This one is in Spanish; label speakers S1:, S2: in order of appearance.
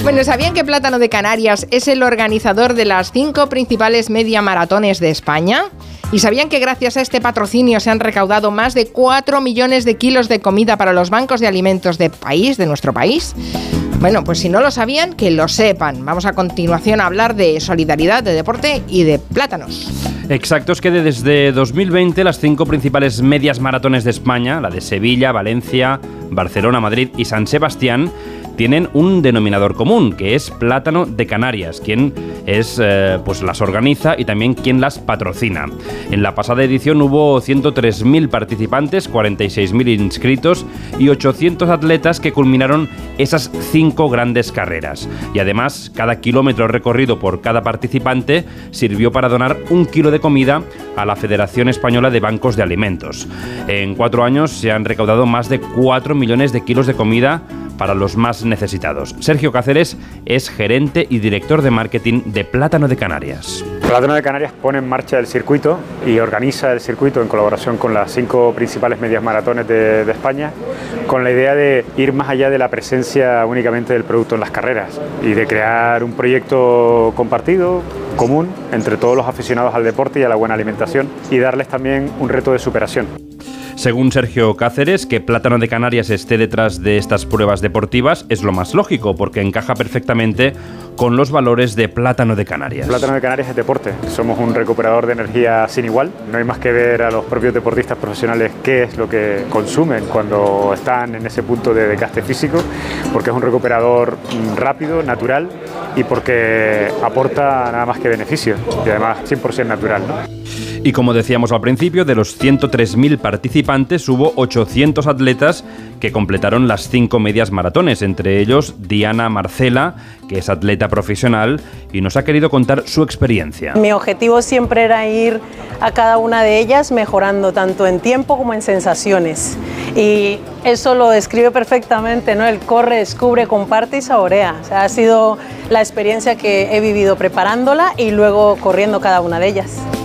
S1: Bueno, ¿sabían que Plátano de Canarias es el organizador de las 5 principales media maratones de España? ¿Y sabían que gracias a este patrocinio se han recaudado más de 4 millones de kilos de comida para los bancos de alimentos de nuestro país? Bueno, pues si no lo sabían, que lo sepan. Vamos a continuación a hablar de solidaridad, de deporte y de plátanos.
S2: Exacto, es que desde 2020 las 5 principales medias maratones de España, la de Sevilla, Valencia, Barcelona, Madrid y San Sebastián, tienen un denominador común, que es Plátano de Canarias, quien pues las organiza y también quien las patrocina. En la pasada edición hubo 103.000 participantes, 46.000 inscritos y 800 atletas que culminaron esas 5 grandes carreras. Y además, cada kilómetro recorrido por cada participante sirvió para donar 1 kilo de comida a la Federación Española de Bancos de Alimentos. En 4 años se han recaudado más de 4 millones de kilos de comida para los más necesitados. Sergio Cáceres es gerente y director de marketing de Plátano de Canarias.
S3: Plátano de Canarias pone en marcha el circuito y organiza el circuito en colaboración con las 5 principales medias maratones de España, con la idea de ir más allá de la presencia únicamente del producto en las carreras y de crear un proyecto compartido, común, entre todos los aficionados al deporte y a la buena alimentación, y darles también un reto de superación.
S2: Según Sergio Cáceres, que Plátano de Canarias esté detrás de estas pruebas deportivas es lo más lógico, porque encaja perfectamente con los valores de Plátano de Canarias.
S3: Plátano de Canarias es deporte, somos un recuperador de energía sin igual, no hay más que ver a los propios deportistas profesionales qué es lo que consumen cuando están en ese punto de desgaste físico, porque es un recuperador rápido, natural y porque aporta nada más que beneficios y además 100% natural, ¿no?
S2: Y como decíamos al principio, de los 103.000 participantes hubo 800 atletas que completaron las 5 medias maratones, entre ellos Diana Marcela, que es atleta profesional y nos ha querido contar su experiencia.
S4: Mi objetivo siempre era ir a cada una de ellas mejorando tanto en tiempo como en sensaciones. Y eso lo describe perfectamente, ¿no? El corre, descubre, comparte y saborea. O sea, ha sido la experiencia que he vivido preparándola y luego corriendo cada una de ellas.